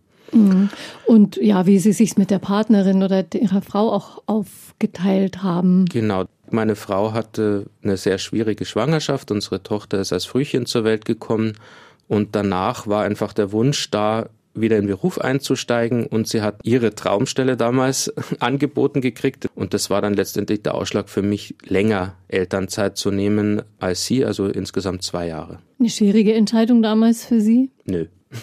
Und ja, wie Sie sich mit der Partnerin oder Ihrer Frau auch aufgeteilt haben. Genau. Meine Frau hatte eine sehr schwierige Schwangerschaft. Unsere Tochter ist als Frühchen zur Welt gekommen. Und danach war einfach der Wunsch da, wieder in den Beruf einzusteigen. Und sie hat ihre Traumstelle damals angeboten gekriegt. Und das war dann letztendlich der Ausschlag für mich, länger Elternzeit zu nehmen als sie, also insgesamt zwei Jahre. Eine schwierige Entscheidung damals für Sie? Nö.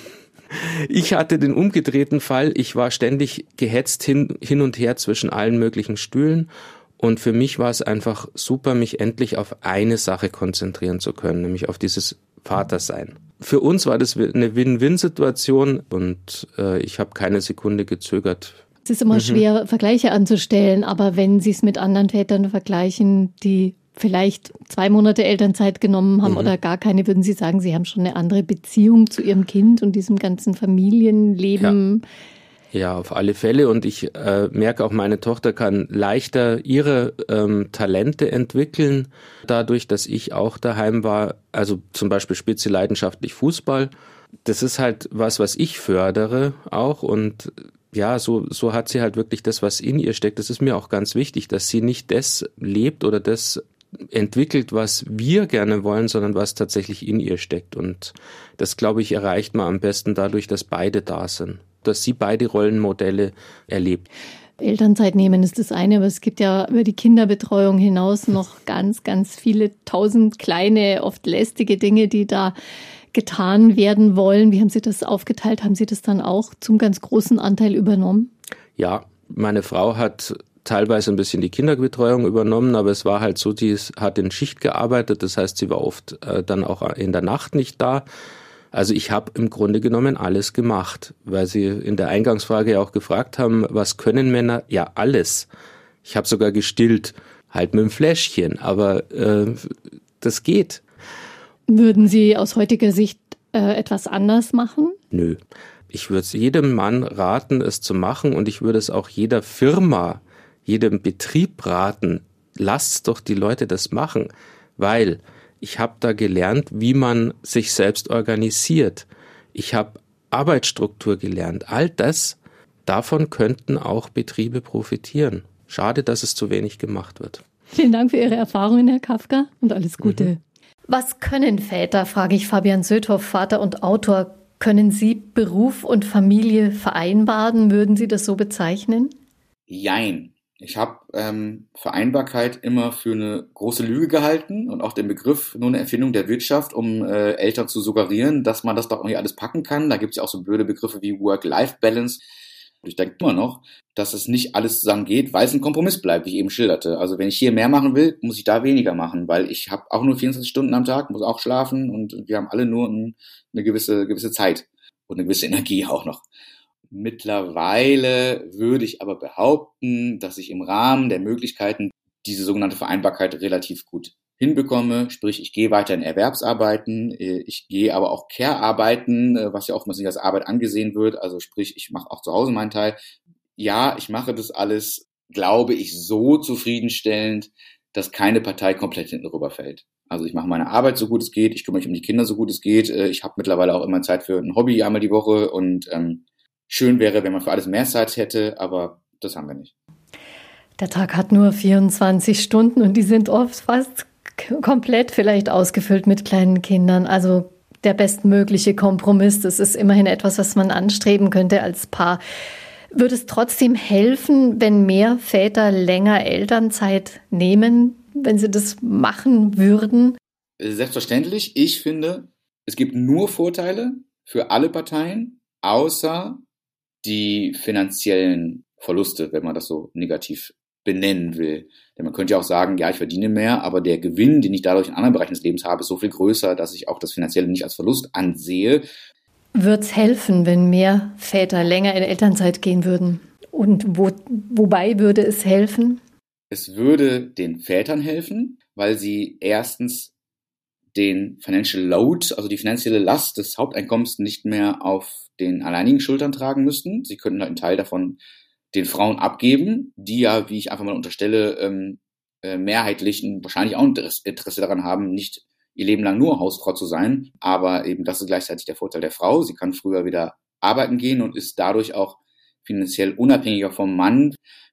Ich hatte den umgedrehten Fall. Ich war ständig gehetzt hin, hin und her zwischen allen möglichen Stühlen. Und für mich war es einfach super, mich endlich auf eine Sache konzentrieren zu können, nämlich auf dieses Vatersein. Für uns war das eine Win-Win-Situation und äh, ich habe keine Sekunde gezögert. Es ist immer mhm. schwer, Vergleiche anzustellen, aber wenn Sie es mit anderen Vätern vergleichen, die vielleicht zwei Monate Elternzeit genommen haben mhm. oder gar keine, würden Sie sagen, Sie haben schon eine andere Beziehung zu Ihrem Kind und diesem ganzen Familienleben? Ja. Ja, auf alle Fälle. Und ich äh, merke auch, meine Tochter kann leichter ihre ähm, Talente entwickeln, dadurch, dass ich auch daheim war. Also zum Beispiel spielt sie leidenschaftlich Fußball. Das ist halt was, was ich fördere auch. Und ja, so, so hat sie halt wirklich das, was in ihr steckt. Das ist mir auch ganz wichtig, dass sie nicht das lebt oder das entwickelt, was wir gerne wollen, sondern was tatsächlich in ihr steckt. Und das, glaube ich, erreicht man am besten dadurch, dass beide da sind, dass sie beide Rollenmodelle erlebt. Elternzeit nehmen ist das eine, aber es gibt ja über die Kinderbetreuung hinaus noch ganz, ganz viele tausend kleine, oft lästige Dinge, die da getan werden wollen. Wie haben Sie das aufgeteilt? Haben Sie das dann auch zum ganz großen Anteil übernommen? Ja, meine Frau hat teilweise ein bisschen die Kinderbetreuung übernommen, aber es war halt so, die ist, hat in Schicht gearbeitet, das heißt, sie war oft äh, dann auch in der Nacht nicht da. Also ich habe im Grunde genommen alles gemacht, weil Sie in der Eingangsfrage ja auch gefragt haben, was können Männer? Ja, alles. Ich habe sogar gestillt, halt mit dem Fläschchen, aber äh, das geht. Würden Sie aus heutiger Sicht äh, etwas anders machen? Nö. Ich würde es jedem Mann raten, es zu machen und ich würde es auch jeder Firma, jedem Betrieb raten, lasst doch die Leute das machen, weil ich habe da gelernt, wie man sich selbst organisiert. Ich habe Arbeitsstruktur gelernt. All das, davon könnten auch Betriebe profitieren. Schade, dass es zu wenig gemacht wird. Vielen Dank für Ihre Erfahrungen, Herr Kafka, und alles Gute. Mhm. Was können Väter, frage ich Fabian Söthoff, Vater und Autor. Können Sie Beruf und Familie vereinbaren? Würden Sie das so bezeichnen? Jein. Ich habe ähm, Vereinbarkeit immer für eine große Lüge gehalten und auch den Begriff nur eine Erfindung der Wirtschaft, um äh, Eltern zu suggerieren, dass man das doch irgendwie alles packen kann. Da gibt es ja auch so blöde Begriffe wie Work-Life-Balance. Ich denke immer noch, dass es nicht alles zusammen geht, weil es ein Kompromiss bleibt, wie ich eben schilderte. Also wenn ich hier mehr machen will, muss ich da weniger machen, weil ich habe auch nur vierundzwanzig Stunden am Tag, muss auch schlafen und wir haben alle nur ein, eine gewisse gewisse Zeit und eine gewisse Energie auch noch. Mittlerweile würde ich aber behaupten, dass ich im Rahmen der Möglichkeiten diese sogenannte Vereinbarkeit relativ gut hinbekomme. Sprich, ich gehe weiter in Erwerbsarbeiten, ich gehe aber auch Care-Arbeiten, was ja oftmals nicht als Arbeit angesehen wird. Also sprich, ich mache auch zu Hause meinen Teil. Ja, ich mache das alles, glaube ich, so zufriedenstellend, dass keine Partei komplett hinten rüberfällt. Also ich mache meine Arbeit so gut es geht, ich kümmere mich um die Kinder so gut es geht. Ich habe mittlerweile auch immer Zeit für ein Hobby einmal die Woche und ähm, schön wäre, wenn man für alles mehr Zeit hätte, aber das haben wir nicht. Der Tag hat nur vierundzwanzig Stunden und die sind oft fast k- komplett vielleicht ausgefüllt mit kleinen Kindern. Also der bestmögliche Kompromiss, das ist immerhin etwas, was man anstreben könnte als Paar. Würde es trotzdem helfen, wenn mehr Väter länger Elternzeit nehmen, wenn sie das machen würden? Selbstverständlich. Ich finde, es gibt nur Vorteile für alle Parteien, außer die finanziellen Verluste, wenn man das so negativ benennen will. Denn man könnte ja auch sagen, ja, ich verdiene mehr, aber der Gewinn, den ich dadurch in anderen Bereichen des Lebens habe, ist so viel größer, dass ich auch das Finanzielle nicht als Verlust ansehe. Würde es helfen, wenn mehr Väter länger in Elternzeit gehen würden? Und wo, wobei würde es helfen? Es würde den Vätern helfen, weil sie erstens den Financial Load, also die finanzielle Last des Haupteinkommens nicht mehr auf den alleinigen Schultern tragen müssten. Sie könnten halt einen Teil davon den Frauen abgeben, die ja, wie ich einfach mal unterstelle, ähm, äh, mehrheitlich ein, wahrscheinlich auch ein Interesse daran haben, nicht ihr Leben lang nur Hausfrau zu sein. Aber eben das ist gleichzeitig der Vorteil der Frau. Sie kann früher wieder arbeiten gehen und ist dadurch auch finanziell unabhängiger vom Mann.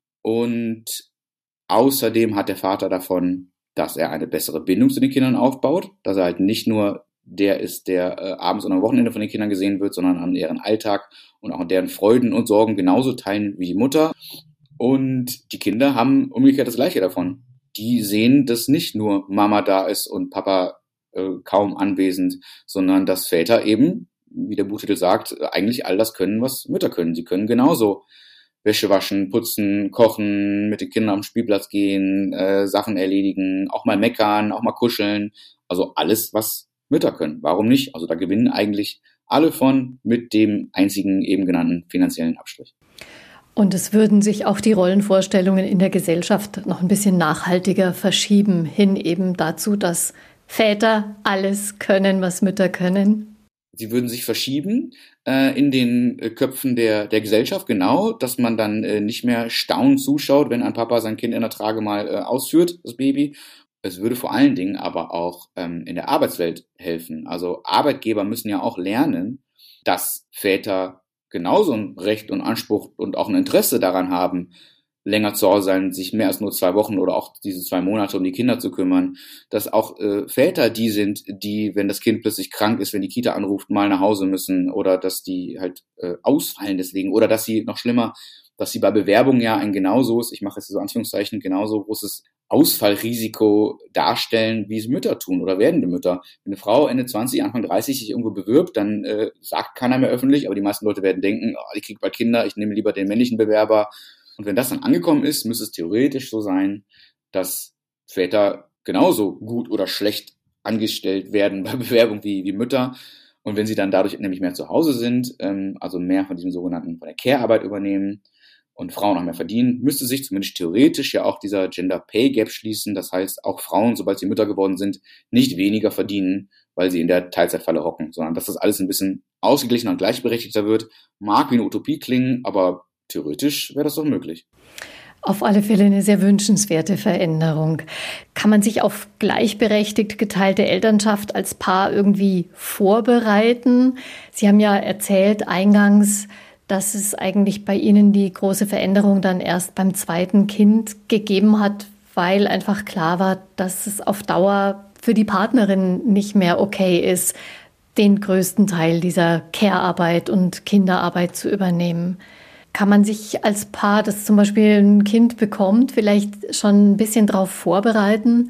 Und außerdem hat der Vater davon, dass er eine bessere Bindung zu den Kindern aufbaut, dass er halt nicht nur der ist, der äh, abends und am Wochenende von den Kindern gesehen wird, sondern an deren Alltag und auch an deren Freuden und Sorgen genauso teilen wie die Mutter. Und die Kinder haben umgekehrt das Gleiche davon. Die sehen, dass nicht nur Mama da ist und Papa äh, kaum anwesend, sondern dass Väter eben, wie der Buchtitel sagt, eigentlich all das können, was Mütter können. Sie können genauso Wäsche waschen, putzen, kochen, mit den Kindern am Spielplatz gehen, äh, Sachen erledigen, auch mal meckern, auch mal kuscheln. Also alles, was Mütter können. Warum nicht? Also da gewinnen eigentlich alle von, mit dem einzigen eben genannten finanziellen Abstrich. Und es würden sich auch die Rollenvorstellungen in der Gesellschaft noch ein bisschen nachhaltiger verschieben, hin eben dazu, dass Väter alles können, was Mütter können. Sie würden sich verschieben äh, in den äh, Köpfen der, der Gesellschaft, genau, dass man dann äh, nicht mehr staunend zuschaut, wenn ein Papa sein Kind in der Trage mal äh, ausführt, das Baby. Es würde vor allen Dingen aber auch ähm, in der Arbeitswelt helfen. Also Arbeitgeber müssen ja auch lernen, dass Väter genauso ein Recht und Anspruch und auch ein Interesse daran haben, länger zu Hause sein, sich mehr als nur zwei Wochen oder auch diese zwei Monate um die Kinder zu kümmern, dass auch äh, Väter die sind, die, wenn das Kind plötzlich krank ist, wenn die Kita anruft, mal nach Hause müssen oder dass die halt äh, ausfallen deswegen oder dass sie, noch schlimmer, dass sie bei Bewerbungen ja ein genauso, ich mache jetzt so Anführungszeichen, genauso großes Ausfallrisiko darstellen, wie es Mütter tun oder werdende Mütter. Wenn eine Frau Ende zwanzig, Anfang dreißig sich irgendwo bewirbt, dann äh, sagt keiner mehr öffentlich, aber die meisten Leute werden denken, oh, ich kriege bald Kinder, ich nehme lieber den männlichen Bewerber. Und wenn das dann angekommen ist, müsste es theoretisch so sein, dass Väter genauso gut oder schlecht angestellt werden bei Bewerbung wie, wie Mütter. Und wenn sie dann dadurch nämlich mehr zu Hause sind, ähm, also mehr von diesem sogenannten, von der Care-Arbeit übernehmen und Frauen auch mehr verdienen, müsste sich zumindest theoretisch ja auch dieser Gender Pay Gap schließen. Das heißt, auch Frauen, sobald sie Mütter geworden sind, nicht weniger verdienen, weil sie in der Teilzeitfalle hocken, sondern dass das alles ein bisschen ausgeglichener und gleichberechtigter wird. Mag wie eine Utopie klingen, aber theoretisch wäre das doch möglich. Auf alle Fälle eine sehr wünschenswerte Veränderung. Kann man sich auf gleichberechtigt geteilte Elternschaft als Paar irgendwie vorbereiten? Sie haben ja erzählt eingangs, dass es eigentlich bei Ihnen die große Veränderung dann erst beim zweiten Kind gegeben hat, weil einfach klar war, dass es auf Dauer für die Partnerin nicht mehr okay ist, den größten Teil dieser Care-Arbeit und Kinderarbeit zu übernehmen. Kann man sich als Paar, das zum Beispiel ein Kind bekommt, vielleicht schon ein bisschen darauf vorbereiten,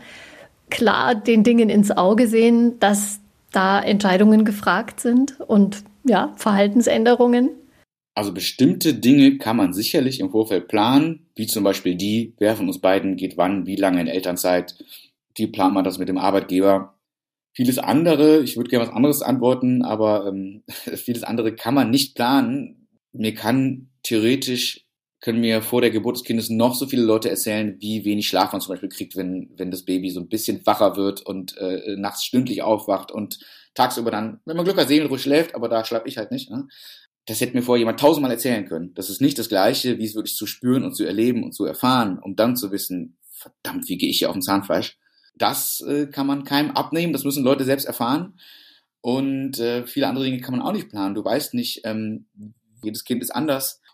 klar den Dingen ins Auge sehen, dass da Entscheidungen gefragt sind und ja, Verhaltensänderungen? Also bestimmte Dinge kann man sicherlich im Vorfeld planen, wie zum Beispiel die, wer von uns beiden geht wann, wie lange in Elternzeit, wie plant man das mit dem Arbeitgeber. Vieles andere, ich würde gerne was anderes antworten, aber ähm, vieles andere kann man nicht planen. Mir kann theoretisch, können mir vor der Geburt des Kindes noch so viele Leute erzählen, wie wenig Schlaf man zum Beispiel kriegt, wenn, wenn das Baby so ein bisschen wacher wird und äh, nachts stündlich aufwacht und tagsüber dann, wenn man Glück hat, seelenruhig schläft, aber da schlafe ich halt nicht. Ne? Das hätte mir vorher jemand tausendmal erzählen können. Das ist nicht das Gleiche, wie es wirklich zu spüren und zu erleben und zu erfahren, um dann zu wissen, verdammt, wie gehe ich hier auf dem Zahnfleisch? Das äh, kann man keinem abnehmen, das müssen Leute selbst erfahren. Und äh, viele andere Dinge kann man auch nicht planen. Du weißt nicht, ähm, jedes Kind ist anders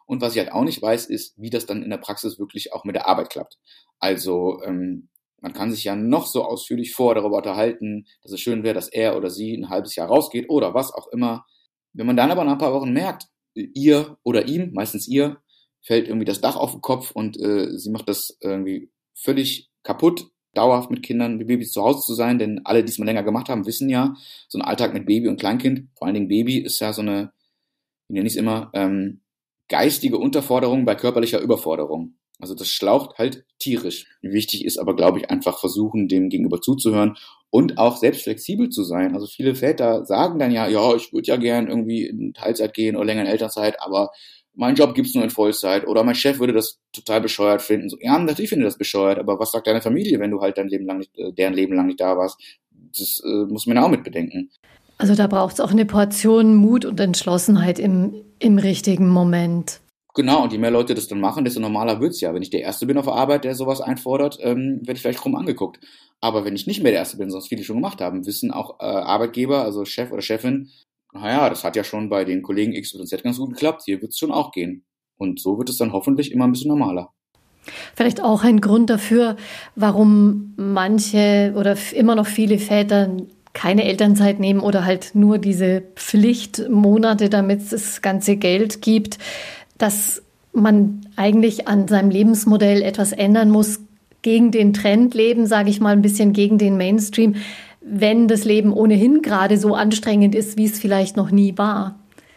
Und was ich halt auch nicht weiß, ist, wie das dann in der Praxis wirklich auch mit der Arbeit klappt. Also ähm, man kann sich ja noch so ausführlich vor darüber unterhalten, dass es schön wäre, dass er oder sie ein halbes Jahr rausgeht oder was auch immer. Wenn man dann aber nach ein paar Wochen merkt, ihr oder ihm, meistens ihr, fällt irgendwie das Dach auf den Kopf und äh, sie macht das irgendwie völlig kaputt, dauerhaft mit Kindern, mit Babys zu Hause zu sein, denn alle, die es mal länger gemacht haben, wissen ja, so ein Alltag mit Baby und Kleinkind, vor allen Dingen Baby, ist ja so eine, wie nenne ich es immer, ähm, geistige Unterforderung bei körperlicher Überforderung. Also das schlaucht halt tierisch. Wichtig ist aber, glaube ich, einfach versuchen, dem Gegenüber zuzuhören und auch selbst flexibel zu sein. Also viele Väter sagen dann ja, ja, ich würde ja gern irgendwie in Teilzeit gehen oder länger in Elternzeit, aber mein Job gibt's nur in Vollzeit oder mein Chef würde das total bescheuert finden. So, ja, natürlich finde ich das bescheuert, aber was sagt deine Familie, wenn du halt dein Leben lang nicht, deren Leben lang nicht da warst? Das äh, muss man ja auch mit bedenken. Also da braucht es auch eine Portion Mut und Entschlossenheit im, im richtigen Moment. Genau, und je mehr Leute das dann machen, desto normaler wird's ja. Wenn ich der Erste bin auf der Arbeit, der sowas einfordert, ähm, werde ich vielleicht krumm angeguckt. Aber wenn ich nicht mehr der Erste bin, sonst viele schon gemacht haben, wissen auch äh, Arbeitgeber, also Chef oder Chefin, naja, das hat ja schon bei den Kollegen X und Z ganz gut geklappt, hier wird's schon auch gehen. Und so wird es dann hoffentlich immer ein bisschen normaler. Vielleicht auch ein Grund dafür, warum manche oder immer noch viele Väter keine Elternzeit nehmen oder halt nur diese Pflichtmonate, damit es das ganze Geld gibt, dass man eigentlich an seinem Lebensmodell etwas ändern muss, gegen den Trend leben, sage ich mal, ein bisschen gegen den Mainstream, wenn das Leben ohnehin gerade so anstrengend ist, wie es vielleicht noch nie war.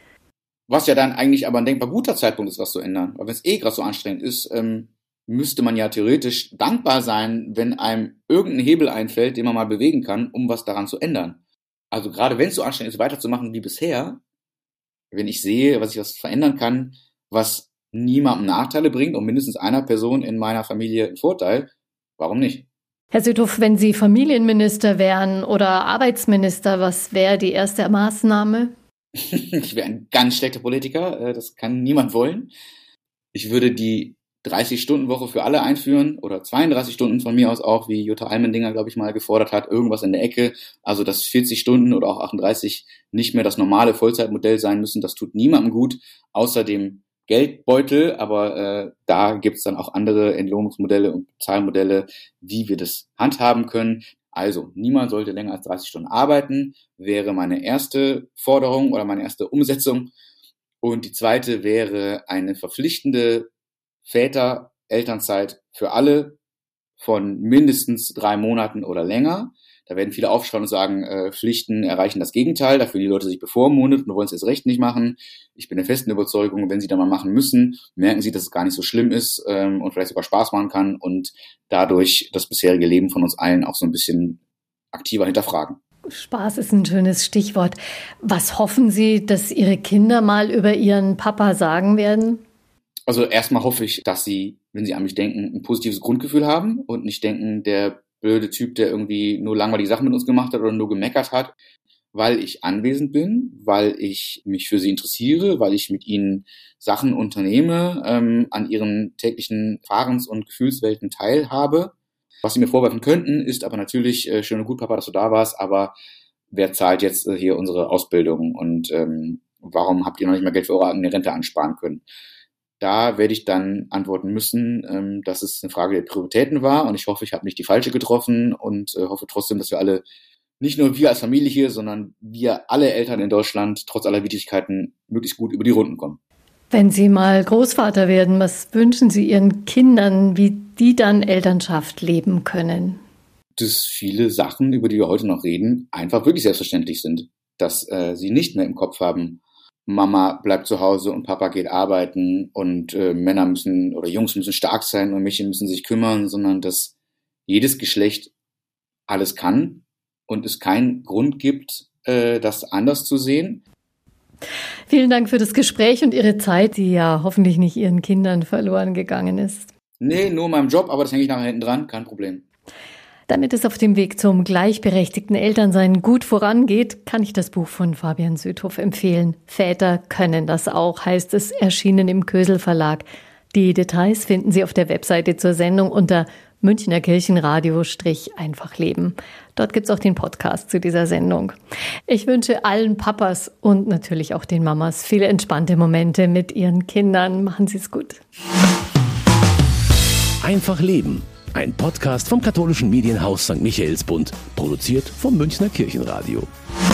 Was ja dann eigentlich aber ein denkbar guter Zeitpunkt ist, was zu ändern. Weil wenn es eh gerade so anstrengend ist, ähm, müsste man ja theoretisch dankbar sein, wenn einem irgendein Hebel einfällt, den man mal bewegen kann, um was daran zu ändern. Also gerade wenn es so anstrengend ist, weiterzumachen wie bisher, wenn ich sehe, was ich was verändern kann, was niemandem Nachteile bringt und mindestens einer Person in meiner Familie einen Vorteil, warum nicht? Herr Süthoff, wenn Sie Familienminister wären oder Arbeitsminister, was wäre die erste Maßnahme? Ich wäre ein ganz schlechter Politiker, das kann niemand wollen. Ich würde die dreißig-Stunden-Woche für alle einführen oder zweiunddreißig Stunden von mir aus auch, wie Jutta Almendinger, glaube ich, mal gefordert hat, irgendwas in der Ecke. Also, dass vierzig Stunden oder auch achtunddreißig nicht mehr das normale Vollzeitmodell sein müssen, das tut niemandem gut, außer dem Geldbeutel, aber äh, da gibt's dann auch andere Entlohnungsmodelle und Zahlmodelle, wie wir das handhaben können. Also, niemand sollte länger als dreißig Stunden arbeiten, wäre meine erste Forderung oder meine erste Umsetzung. Und die zweite wäre eine verpflichtende Väter-Elternzeit für alle von mindestens drei Monaten oder länger. Da werden viele aufschreien und sagen, äh, Pflichten erreichen das Gegenteil, da fühlen die Leute sich bevormundet und wollen es erst recht nicht machen. Ich bin der festen Überzeugung, wenn sie da mal machen müssen, merken sie, dass es gar nicht so schlimm ist ähm, und vielleicht sogar Spaß machen kann und dadurch das bisherige Leben von uns allen auch so ein bisschen aktiver hinterfragen. Spaß ist ein schönes Stichwort. Was hoffen Sie, dass Ihre Kinder mal über ihren Papa sagen werden? Also erstmal hoffe ich, dass sie, wenn sie an mich denken, ein positives Grundgefühl haben und nicht denken, der blöde Typ, der irgendwie nur langweilige Sachen mit uns gemacht hat oder nur gemeckert hat, weil ich anwesend bin, weil ich mich für sie interessiere, weil ich mit ihnen Sachen unternehme, ähm, an ihren täglichen Fahrens- und Gefühlswelten teilhabe. Was sie mir vorwerfen könnten, ist aber natürlich, äh, schön und gut, Papa, dass du da warst, aber wer zahlt jetzt äh, hier unsere Ausbildung und ähm, warum habt ihr noch nicht mal Geld für eure eigene Rente ansparen können? Da werde ich dann antworten müssen, ähm, dass es eine Frage der Prioritäten war und ich hoffe, ich habe nicht die falsche getroffen und äh, hoffe trotzdem, dass wir alle, nicht nur wir als Familie hier, sondern wir alle Eltern in Deutschland, trotz aller Widrigkeiten, möglichst gut über die Runden kommen. Wenn Sie mal Großvater werden, was wünschen Sie Ihren Kindern, wie die dann Elternschaft leben können? Dass viele Sachen, über die wir heute noch reden, einfach wirklich selbstverständlich sind. Dass äh, sie nicht mehr im Kopf haben, Mama bleibt zu Hause und Papa geht arbeiten und äh, Männer müssen oder Jungs müssen stark sein und Mädchen müssen sich kümmern, sondern dass jedes Geschlecht alles kann und es keinen Grund gibt, äh, das anders zu sehen. Vielen Dank für das Gespräch und Ihre Zeit, die ja hoffentlich nicht Ihren Kindern verloren gegangen ist. Nee, nur meinem Job, aber das hänge ich nachher hinten dran, kein Problem. Damit es auf dem Weg zum gleichberechtigten Elternsein gut vorangeht, kann ich das Buch von Fabian Süthoff empfehlen. Väter können das auch, heißt es, erschienen im Kösel Verlag. Die Details finden Sie auf der Webseite zur Sendung unter Münchner Kirchenradio Einfach Leben. Dort gibt's auch den Podcast zu dieser Sendung. Ich wünsche allen Papas und natürlich auch den Mamas viele entspannte Momente mit ihren Kindern. Machen Sie es gut. Einfach Leben. Ein Podcast vom katholischen Medienhaus Sankt Michaelsbund, produziert vom Münchner Kirchenradio.